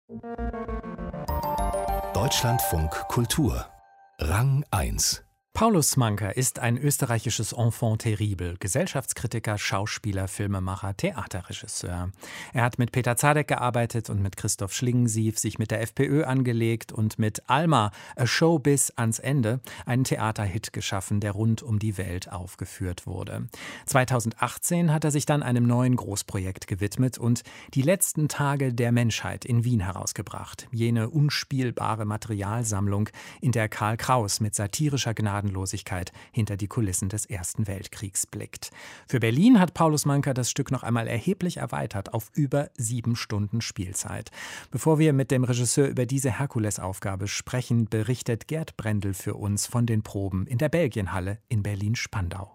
Deutschlandfunk Kultur Rang 1. Paulus Manker ist ein österreichisches Enfant terrible, Gesellschaftskritiker, Schauspieler, Filmemacher, Theaterregisseur. Er hat mit Peter Zadek gearbeitet und mit Christoph Schlingensief, sich mit der FPÖ angelegt und mit Alma, A Show bis ans Ende, einen Theaterhit geschaffen, der rund um die Welt aufgeführt wurde. 2018 hat er sich dann einem neuen Großprojekt gewidmet und Die letzten Tage der Menschheit in Wien herausgebracht. Jene unspielbare Materialsammlung, in der Karl Kraus mit satirischer Gnadenlosigkeit hinter die Kulissen des Ersten Weltkriegs blickt. Für Berlin hat Paulus Manker das Stück noch einmal erheblich erweitert auf über 7 Stunden Spielzeit. Bevor wir mit dem Regisseur über diese Herkulesaufgabe sprechen, berichtet Gerd Brendel für uns von den Proben in der Belgienhalle in Berlin-Spandau.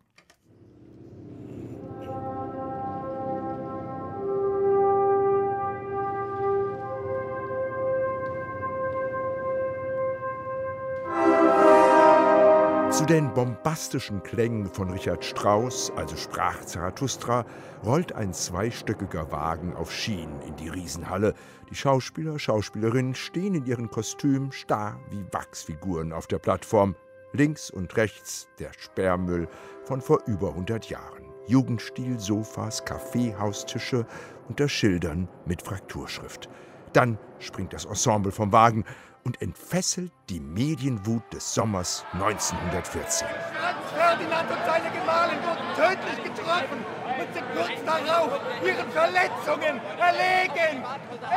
Zu den bombastischen Klängen von Richard Strauss, also sprach Zarathustra, rollt ein zweistöckiger Wagen auf Schienen in die Riesenhalle. Die Schauspieler, Schauspielerinnen stehen in ihren Kostümen starr wie Wachsfiguren auf der Plattform. Links und rechts der Sperrmüll von vor über 100 Jahren. Jugendstil, Sofas, Kaffeehaustische unter Schildern mit Frakturschrift. Dann springt das Ensemble vom Wagen und entfesselt die Medienwut des Sommers 1914. Franz Ferdinand und seine Gemahlin wurden tödlich getroffen und sind kurz darauf ihren Verletzungen erlegen.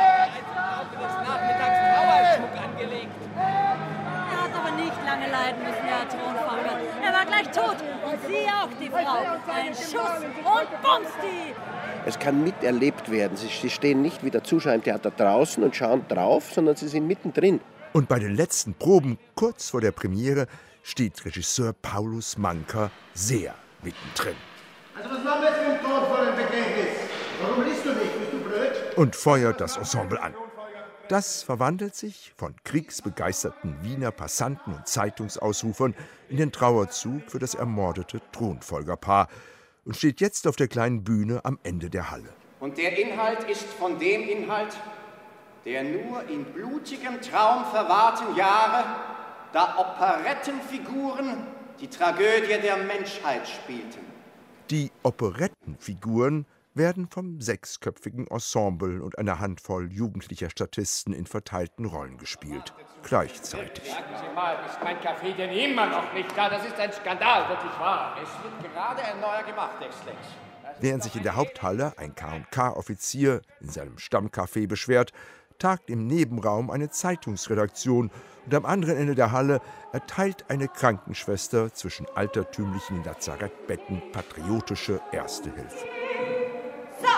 Nachmittags Trauerschmuck angelegt. Er hat aber nicht lange leiden müssen, der Thronfolger. Er war gleich tot und sie auch, die Frau. Ein Schuss und bums die! Es kann miterlebt werden. Sie stehen nicht wie der Zuschauer im Theater draußen und schauen drauf, sondern sie sind mittendrin. Und bei den letzten Proben, kurz vor der Premiere, steht Regisseur Paulus Manker sehr mittendrin. Also was machen wir jetzt mit dem Tod vor dem Begräbnis? Warum liest du nicht? Bist du blöd? Und feuert das Ensemble an. Das verwandelt sich von kriegsbegeisterten Wiener Passanten und Zeitungsausrufern in den Trauerzug für das ermordete Thronfolgerpaar und steht jetzt auf der kleinen Bühne am Ende der Halle. Und der Inhalt ist von dem Inhalt der nur in blutigem Traum verwahrten Jahre, da Operettenfiguren die Tragödie der Menschheit spielten. Die Operettenfiguren werden vom 6-köpfigen Ensemble und einer Handvoll jugendlicher Statisten in verteilten Rollen gespielt. Gleichzeitig. Sagen Sie mal, ist mein Kaffee denn immer noch nicht da? Das ist ein Skandal, wirklich wahr. Es wird gerade ein neuer gemacht, Exzellenz. Während sich in der Haupthalle ein K&K-Offizier in seinem Stammcafé beschwert, tagt im Nebenraum eine Zeitungsredaktion und am anderen Ende der Halle erteilt eine Krankenschwester zwischen altertümlichen Lazarettbetten patriotische Erste Hilfe. So,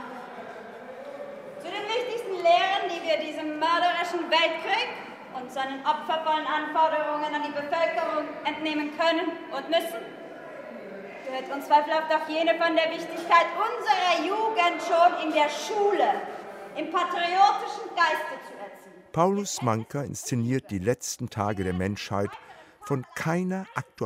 zu den wichtigsten Lehren, die wir diesem mörderischen Weltkrieg und seinen opfervollen Anforderungen an die Bevölkerung entnehmen können und müssen, gehört unzweifelhaft auch jene von der Wichtigkeit unserer Jugend schon in der Schule im patriotischen Geiste zu erziehen. Paulus Manker inszeniert die letzten Tage der Menschheit von keiner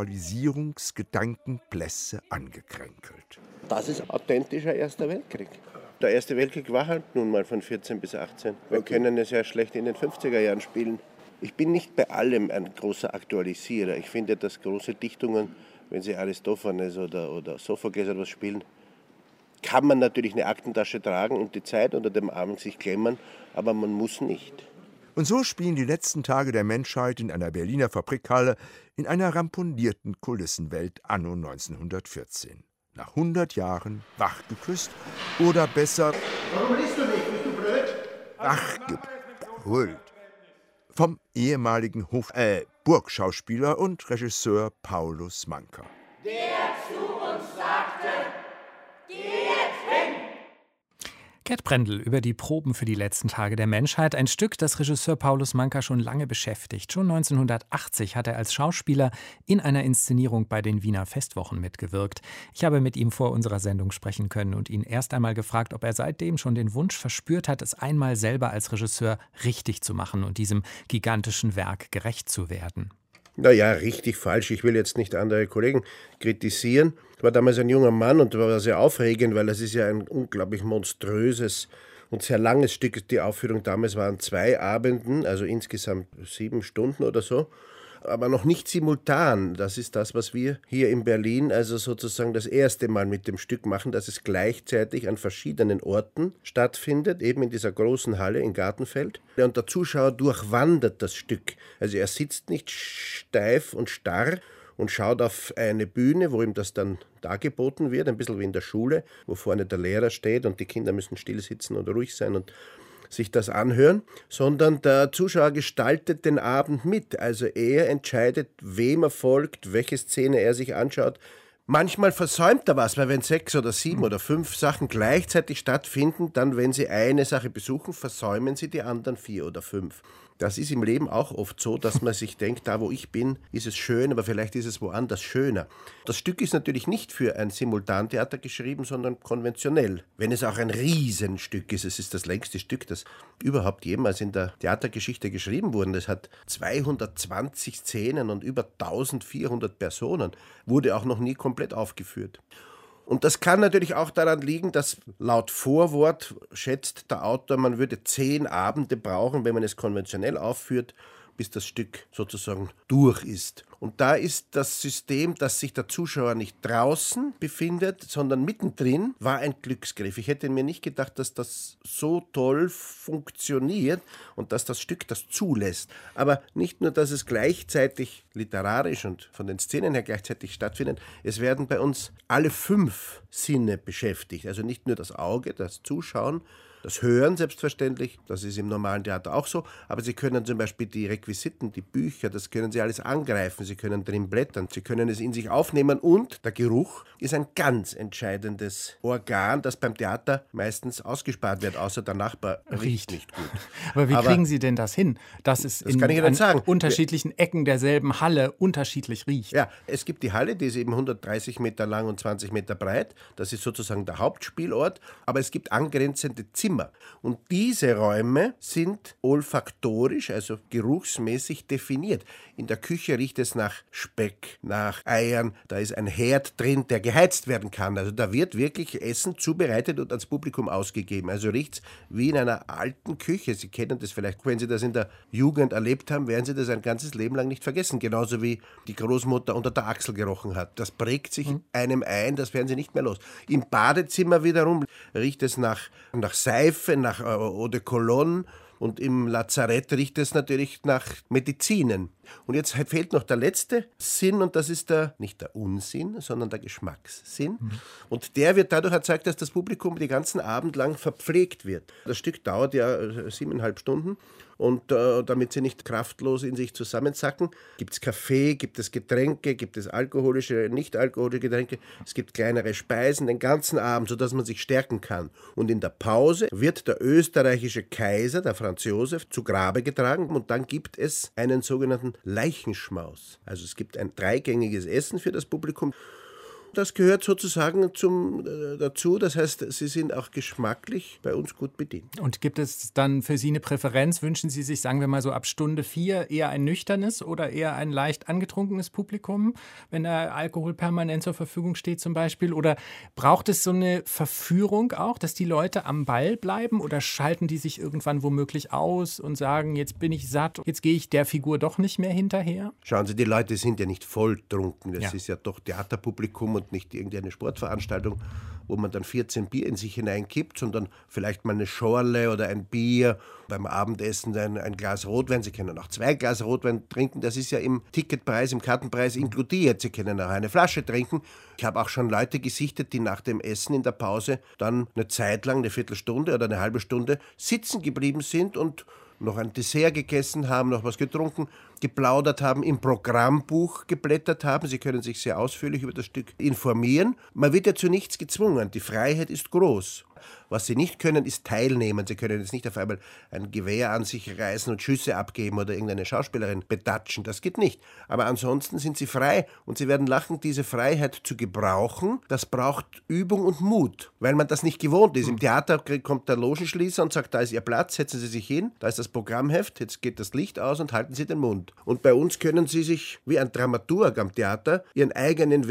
Aktualisierungsgedankenblässe angekränkelt. Das ist authentischer Erster Weltkrieg. Der Erste Weltkrieg war halt nun mal von 14 bis 18. Wir können es ja schlecht in den 50er Jahren spielen. Ich bin nicht bei allem ein großer Aktualisierer. Ich finde, dass große Dichtungen, wenn sie Aristophanes oder Sophokles etwas spielen, kann man natürlich eine Aktentasche tragen und die Zeit unter dem Arm sich klemmern, aber man muss nicht. Und so spielen die letzten Tage der Menschheit in einer Berliner Fabrikhalle in einer ramponierten Kulissenwelt anno 1914. Nach 100 Jahren wachgeküsst oder besser Warum liest du nicht? Bist du blöd? wachgebrüllt. Vom ehemaligen Burgschauspieler und Regisseur Paulus Manker. Der zu uns sagte, geh jetzt hin! Gerd Brendel über die Proben für die letzten Tage der Menschheit, ein Stück, das Regisseur Paulus Manker schon lange beschäftigt. Schon 1980 hat er als Schauspieler in einer Inszenierung bei den Wiener Festwochen mitgewirkt. Ich habe mit ihm vor unserer Sendung sprechen können und ihn erst einmal gefragt, ob er seitdem schon den Wunsch verspürt hat, es einmal selber als Regisseur richtig zu machen und diesem gigantischen Werk gerecht zu werden. Naja, richtig falsch. Ich will jetzt nicht andere Kollegen kritisieren. Ich war damals ein junger Mann und war sehr aufregend, weil es ist ja ein unglaublich monströses und sehr langes Stück. Die Aufführung damals waren 2 Abenden, also insgesamt 7 Stunden oder so. Aber noch nicht simultan. Das ist das, was wir hier in Berlin also sozusagen das erste Mal mit dem Stück machen, dass es gleichzeitig an verschiedenen Orten stattfindet, eben in dieser großen Halle in Gartenfeld. Und der Zuschauer durchwandert das Stück. Also er sitzt nicht steif und starr und schaut auf eine Bühne, wo ihm das dann dargeboten wird, ein bisschen wie in der Schule, wo vorne der Lehrer steht und die Kinder müssen still sitzen und ruhig sein und sich das anhören, sondern der Zuschauer gestaltet den Abend mit. Also er entscheidet, wem er folgt, welche Szene er sich anschaut. Manchmal versäumt er was, weil wenn 6 oder 7 oder 5 Sachen gleichzeitig stattfinden, dann, wenn Sie eine Sache besuchen, versäumen Sie die anderen 4 oder 5. Das ist im Leben auch oft so, dass man sich denkt, da wo ich bin, ist es schön, aber vielleicht ist es woanders schöner. Das Stück ist natürlich nicht für ein Simultantheater geschrieben, sondern konventionell. Wenn es auch ein Riesenstück ist, es ist das längste Stück, das überhaupt jemals in der Theatergeschichte geschrieben wurde. Es hat 220 Szenen und über 1400 Personen, wurde auch noch nie komplett aufgeführt. Und das kann natürlich auch daran liegen, dass laut Vorwort schätzt der Autor, man würde 10 Abende brauchen, wenn man es konventionell aufführt, bis das Stück sozusagen durch ist. Und da ist das System, dass sich der Zuschauer nicht draußen befindet, sondern mittendrin, war ein Glücksgriff. Ich hätte mir nicht gedacht, dass das so toll funktioniert und dass das Stück das zulässt. Aber nicht nur, dass es gleichzeitig literarisch und von den Szenen her gleichzeitig stattfindet, es werden bei uns alle 5 Sinne beschäftigt. Also nicht nur das Auge, das Zuschauen, das Hören selbstverständlich, das ist im normalen Theater auch so, aber Sie können zum Beispiel die Requisiten, die Bücher, das können Sie alles angreifen, Sie können drin blättern, Sie können es in sich aufnehmen und der Geruch ist ein ganz entscheidendes Organ, das beim Theater meistens ausgespart wird, außer der Nachbar riecht nicht gut. Aber wie kriegen Sie denn das hin, dass es an unterschiedlichen Ecken derselben Halle unterschiedlich riecht? Ja, es gibt die Halle, die ist eben 130 Meter lang und 20 Meter breit, das ist sozusagen der Hauptspielort, aber es gibt angrenzende Zimmer. Und diese Räume sind olfaktorisch, also geruchsmäßig definiert. In der Küche riecht es nach Speck, nach Eiern, da ist ein Herd drin, der geheizt werden kann. Also da wird wirklich Essen zubereitet und ans Publikum ausgegeben. Also riecht es wie in einer alten Küche. Sie kennen das vielleicht, wenn Sie das in der Jugend erlebt haben, werden Sie das ein ganzes Leben lang nicht vergessen. Genauso wie die Großmutter unter der Achsel gerochen hat. Das prägt sich einem ein, das werden Sie nicht mehr los. Im Badezimmer wiederum riecht es nach Seife, nach Eau de Cologne und im Lazarett riecht es natürlich nach Medizinen. Und jetzt fehlt noch der letzte Sinn und das ist nicht der Unsinn, sondern der Geschmackssinn. Und der wird dadurch erzeugt, dass das Publikum den ganzen Abend lang verpflegt wird. Das Stück dauert ja 7,5 Stunden. Und damit sie nicht kraftlos in sich zusammensacken, gibt es Kaffee, gibt es Getränke, gibt es alkoholische, nicht alkoholische Getränke, es gibt kleinere Speisen den ganzen Abend, sodass man sich stärken kann. Und in der Pause wird der österreichische Kaiser, der Franz Josef, zu Grabe getragen und dann gibt es einen sogenannten Leichenschmaus. Also es gibt ein 3-gängiges Essen für das Publikum. Das gehört sozusagen dazu, das heißt, Sie sind auch geschmacklich bei uns gut bedient. Und gibt es dann für Sie eine Präferenz? Wünschen Sie sich, sagen wir mal so ab Stunde 4 eher ein nüchternes oder eher ein leicht angetrunkenes Publikum, wenn der Alkohol permanent zur Verfügung steht zum Beispiel? Oder braucht es so eine Verführung auch, dass die Leute am Ball bleiben oder schalten die sich irgendwann womöglich aus und sagen, jetzt bin ich satt, jetzt gehe ich der Figur doch nicht mehr hinterher? Schauen Sie, die Leute sind ja nicht volltrunken, das ist ja doch Theaterpublikum und nicht irgendeine Sportveranstaltung, wo man dann 14 Bier in sich hineinkippt, sondern vielleicht mal eine Schorle oder ein Bier, beim Abendessen ein Glas Rotwein. Sie können auch 2 Glas Rotwein trinken, das ist ja im Ticketpreis, im Kartenpreis inkludiert. Sie können auch eine Flasche trinken. Ich habe auch schon Leute gesichtet, die nach dem Essen in der Pause dann eine Zeit lang, eine Viertelstunde oder eine halbe Stunde sitzen geblieben sind und noch ein Dessert gegessen haben, noch was getrunken, geplaudert haben, im Programmbuch geblättert haben. Sie können sich sehr ausführlich über das Stück informieren. Man wird ja zu nichts gezwungen. Die Freiheit ist groß. Was Sie nicht können, ist teilnehmen. Sie können jetzt nicht auf einmal ein Gewehr an sich reißen und Schüsse abgeben oder irgendeine Schauspielerin betatschen. Das geht nicht. Aber ansonsten sind Sie frei und Sie werden lachen, diese Freiheit zu gebrauchen, das braucht Übung und Mut, weil man das nicht gewohnt ist. Im Theater kommt der Logenschließer und sagt, da ist Ihr Platz, setzen Sie sich hin, da ist das Programmheft, jetzt geht das Licht aus und halten Sie den Mund. Und bei uns können Sie sich wie ein Dramaturg am Theater Ihren eigenen Weg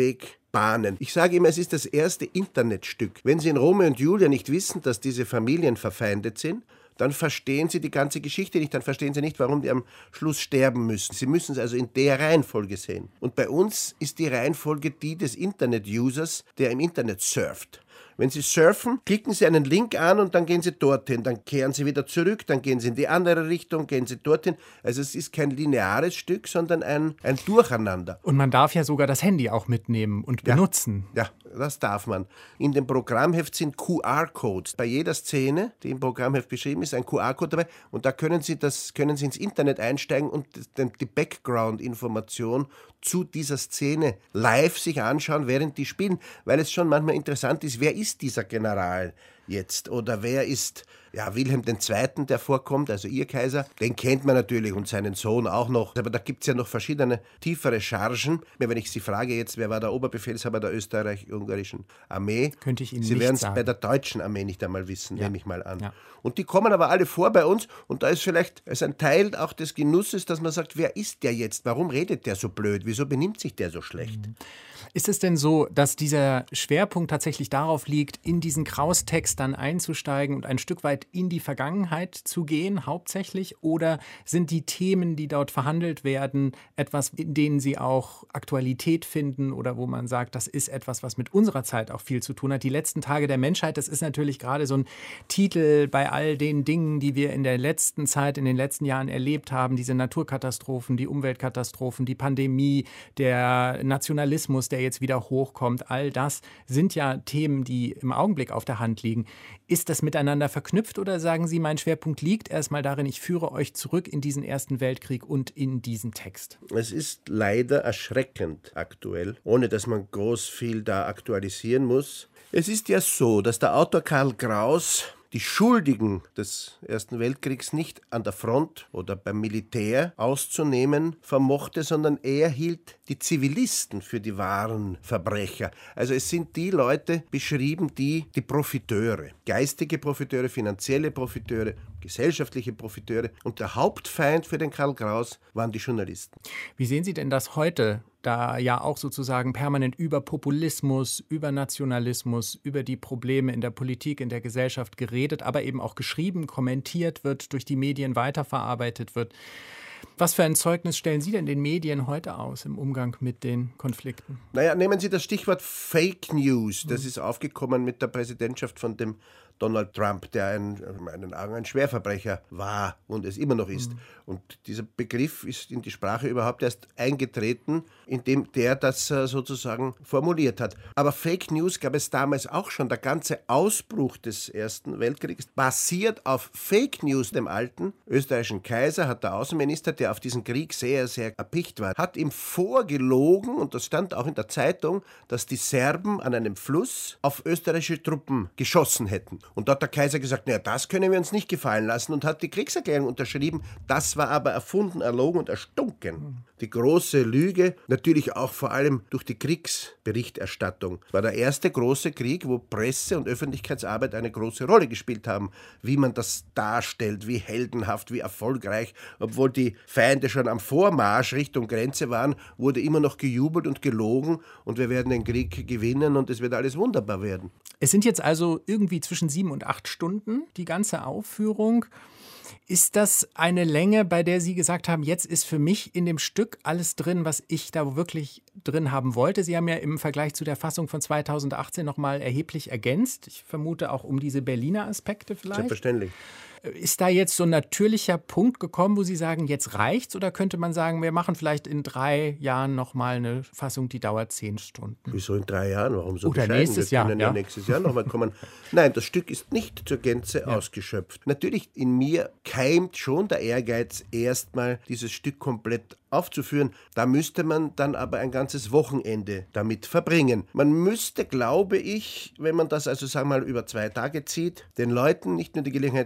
bahnen. Ich sage immer, es ist das erste Internetstück. Wenn Sie in Romeo und Julia nicht wissen, dass diese Familien verfeindet sind, dann verstehen Sie die ganze Geschichte nicht, dann verstehen Sie nicht, warum die am Schluss sterben müssen. Sie müssen es also in der Reihenfolge sehen. Und bei uns ist die Reihenfolge die des Internet-Users, der im Internet surft. Wenn Sie surfen, klicken Sie einen Link an und dann gehen Sie dorthin, dann kehren Sie wieder zurück, dann gehen Sie in die andere Richtung, gehen Sie dorthin. Also es ist kein lineares Stück, sondern ein Durcheinander. Und man darf ja sogar das Handy auch mitnehmen und benutzen. Ja, das darf man. In dem Programmheft sind QR-Codes. Bei jeder Szene, die im Programmheft beschrieben ist, ein QR-Code dabei. Und da können Sie ins Internet einsteigen und die Background-Information zu dieser Szene live sich anschauen, während die spielen. Weil es schon manchmal interessant ist, wer ist dieser General jetzt? Oder wer ist Wilhelm II., der vorkommt, also ihr Kaiser? Den kennt man natürlich und seinen Sohn auch noch. Aber da gibt es ja noch verschiedene tiefere Chargen. Wenn ich Sie frage jetzt, wer war der Oberbefehlshaber der österreich-ungarischen Armee? Könnte ich Ihnen Sie nicht werden es sagen. bei der deutschen Armee nicht einmal wissen, nehme ich mal an. Ja. Und die kommen aber alle vor bei uns und da ist vielleicht ein Teil auch des Genusses, dass man sagt, wer ist der jetzt? Warum redet der so blöd? Wieso benimmt sich der so schlecht? Ist es denn so, dass dieser Schwerpunkt tatsächlich darauf liegt, in diesen Kraus-Text dann einzusteigen und ein Stück weit in die Vergangenheit zu gehen, hauptsächlich? Oder sind die Themen, die dort verhandelt werden, etwas, in denen Sie auch Aktualität finden oder wo man sagt, das ist etwas, was mit unserer Zeit auch viel zu tun hat? Die letzten Tage der Menschheit, das ist natürlich gerade so ein Titel bei all den Dingen, die wir in der letzten Zeit, in den letzten Jahren erlebt haben, diese Naturkatastrophen, die Umweltkatastrophen, die Pandemie, der Nationalismus, der jetzt wieder hochkommt, all das sind ja Themen, die im Augenblick auf der Hand liegen. Ist das miteinander verknüpft oder sagen Sie, mein Schwerpunkt liegt erstmal darin, ich führe euch zurück in diesen Ersten Weltkrieg und in diesen Text? Es ist leider erschreckend aktuell, ohne dass man groß viel da aktualisieren muss. Es ist ja so, dass der Autor Karl Kraus die Schuldigen des Ersten Weltkriegs nicht an der Front oder beim Militär auszunehmen vermochte, sondern er hielt die Zivilisten für die wahren Verbrecher. Also es sind die Leute beschrieben, die Profiteure, geistige Profiteure, finanzielle Profiteure, gesellschaftliche Profiteure. Und der Hauptfeind für den Karl Kraus waren die Journalisten. Wie sehen Sie denn das heute, da ja auch sozusagen permanent über Populismus, über Nationalismus, über die Probleme in der Politik, in der Gesellschaft geredet, aber eben auch geschrieben, kommentiert wird, durch die Medien weiterverarbeitet wird? Was für ein Zeugnis stellen Sie denn den Medien heute aus im Umgang mit den Konflikten? Naja, nehmen Sie das Stichwort Fake News. Das ist aufgekommen mit der Präsidentschaft von dem Donald Trump, der in meinen Augen ein Schwerverbrecher war und es immer noch ist. Und dieser Begriff ist in die Sprache überhaupt erst eingetreten, indem der das sozusagen formuliert hat. Aber Fake News gab es damals auch schon. Der ganze Ausbruch des Ersten Weltkriegs basiert auf Fake News. Dem alten österreichischen Kaiser hat der Außenminister, der auf diesen Krieg sehr, sehr erpicht war, hat ihm vorgelogen, und das stand auch in der Zeitung, dass die Serben an einem Fluss auf österreichische Truppen geschossen hätten. Und da hat der Kaiser gesagt, naja, das können wir uns nicht gefallen lassen, und hat die Kriegserklärung unterschrieben. Das war aber erfunden, erlogen und erstunken. Die große Lüge, natürlich auch vor allem durch die Kriegsberichterstattung, war der erste große Krieg, wo Presse und Öffentlichkeitsarbeit eine große Rolle gespielt haben. Wie man das darstellt, wie heldenhaft, wie erfolgreich. Obwohl die Feinde schon am Vormarsch Richtung Grenze waren, wurde immer noch gejubelt und gelogen, und wir werden den Krieg gewinnen und es wird alles wunderbar werden. Es sind jetzt also irgendwie zwischen 7 und 8 Stunden, die ganze Aufführung. Ist das eine Länge, bei der Sie gesagt haben, jetzt ist für mich in dem Stück alles drin, was ich da wirklich drin haben wollte? Sie haben ja im Vergleich zu der Fassung von 2018 nochmal erheblich ergänzt. Ich vermute auch um diese Berliner Aspekte vielleicht. Selbstverständlich. Ist da jetzt so ein natürlicher Punkt gekommen, wo Sie sagen, jetzt reicht's? Oder könnte man sagen, wir machen vielleicht in 3 Jahren nochmal eine Fassung, die dauert 10 Stunden? Wieso in 3 Jahren? Warum so Oder bescheiden? nächstes Jahr. Wir können ja nächstes Jahr nochmal kommen. Nein, das Stück ist nicht zur Gänze ausgeschöpft. Natürlich, in mir keimt schon der Ehrgeiz, erstmal dieses Stück komplett aufzuführen. Da müsste man dann aber ein ganzes Wochenende damit verbringen. Man müsste, glaube ich, wenn man das also sagen wir mal über 2 Tage zieht, den Leuten nicht nur die Gelegenheit zum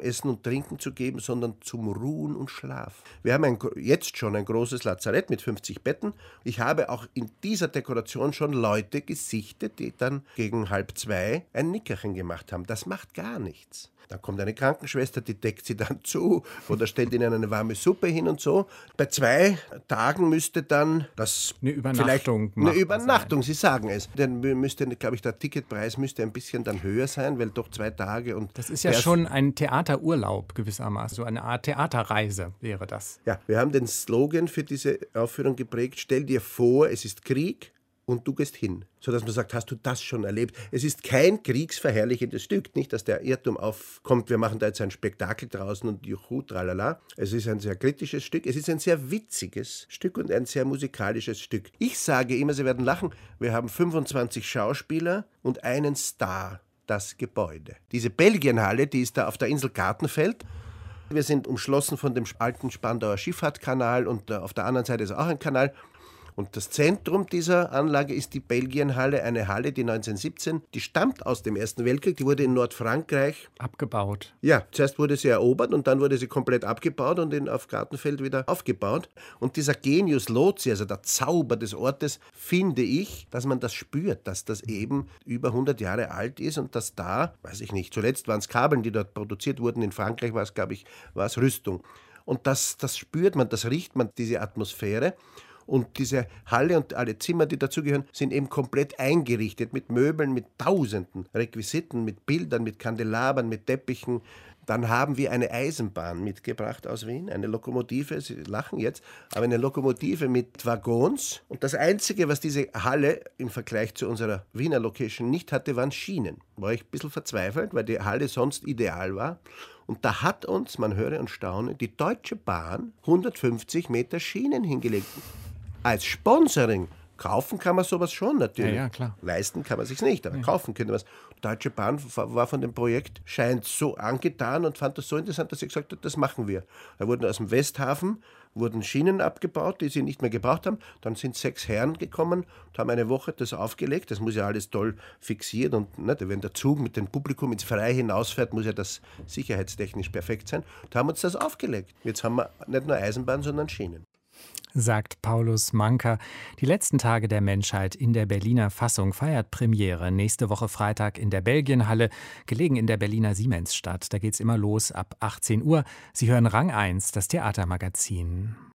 Essen und Trinken zu geben, sondern zum Ruhen und Schlaf. Wir haben jetzt schon ein großes Lazarett mit 50 Betten. Ich habe auch in dieser Dekoration schon Leute gesichtet, die dann gegen 1:30 ein Nickerchen gemacht haben. Das macht gar nichts. Da kommt eine Krankenschwester, die deckt sie dann zu oder stellt ihnen eine warme Suppe hin und so. Bei 2 Tagen müsste dann das eine Übernachtung sein. Sie sagen es. Dann müsste, glaube ich, der Ticketpreis müsste ein bisschen dann höher sein, weil doch 2 Tage und... Das ist ja schon ein Theaterurlaub gewissermaßen, so eine Art Theaterreise wäre das. Ja, wir haben den Slogan für diese Aufführung geprägt, stell dir vor, es ist Krieg und du gehst hin. Sodass man sagt, hast du das schon erlebt? Es ist kein kriegsverherrlichendes Stück, nicht, dass der Irrtum aufkommt, wir machen da jetzt ein Spektakel draußen und juhu, tralala. Es ist ein sehr kritisches Stück, es ist ein sehr witziges Stück und ein sehr musikalisches Stück. Ich sage immer, Sie werden lachen, wir haben 25 Schauspieler und einen Star, das Gebäude. Diese Belgienhalle, die ist da auf der Insel Gartenfeld. Wir sind umschlossen von dem alten Spandauer Schifffahrtkanal und auf der anderen Seite ist auch ein Kanal. Und das Zentrum dieser Anlage ist die Belgienhalle, eine Halle, die 1917, die stammt aus dem Ersten Weltkrieg, die wurde in Nordfrankreich abgebaut. Ja, zuerst wurde sie erobert und dann wurde sie komplett abgebaut und auf Gartenfeld wieder aufgebaut. Und dieser Genius loci, also der Zauber des Ortes, finde ich, dass man das spürt, dass das eben über 100 Jahre alt ist und dass da, weiß ich nicht, zuletzt waren es Kabeln, die dort produziert wurden, in Frankreich war es, glaube ich, war es Rüstung. Und das spürt man, das riecht man, diese Atmosphäre. Und diese Halle und alle Zimmer, die dazugehören, sind eben komplett eingerichtet mit Möbeln, mit tausenden Requisiten, mit Bildern, mit Kandelabern, mit Teppichen. Dann haben wir eine Eisenbahn mitgebracht aus Wien, eine Lokomotive, Sie lachen jetzt, aber eine Lokomotive mit Waggons. Und das Einzige, was diese Halle im Vergleich zu unserer Wiener Location nicht hatte, waren Schienen. War ich ein bisschen verzweifelt, weil die Halle sonst ideal war. Und da hat uns, man höre und staune, die Deutsche Bahn 150 Meter Schienen hingelegt. Als Sponsoring. Kaufen kann man sowas schon natürlich. Ja, klar. Leisten kann man sich's nicht, aber kaufen könnte man es. Die Deutsche Bahn war von dem Projekt scheint so angetan und fand das so interessant, dass sie gesagt hat, das machen wir. Da wurden aus dem Westhafen Schienen abgebaut, die sie nicht mehr gebraucht haben. Dann sind 6 Herren gekommen und haben eine Woche das aufgelegt. Das muss ja alles toll fixiert und wenn der Zug mit dem Publikum ins Freie hinausfährt, muss ja das sicherheitstechnisch perfekt sein. Da haben wir uns das aufgelegt. Jetzt haben wir nicht nur Eisenbahn, sondern Schienen. Sagt Paulus Manka. Die letzten Tage der Menschheit in der Berliner Fassung feiert Premiere. Nächste Woche Freitag in der Belgienhalle, gelegen in der Berliner Siemensstadt. Da geht's immer los ab 18 Uhr. Sie hören Rang 1, das Theatermagazin.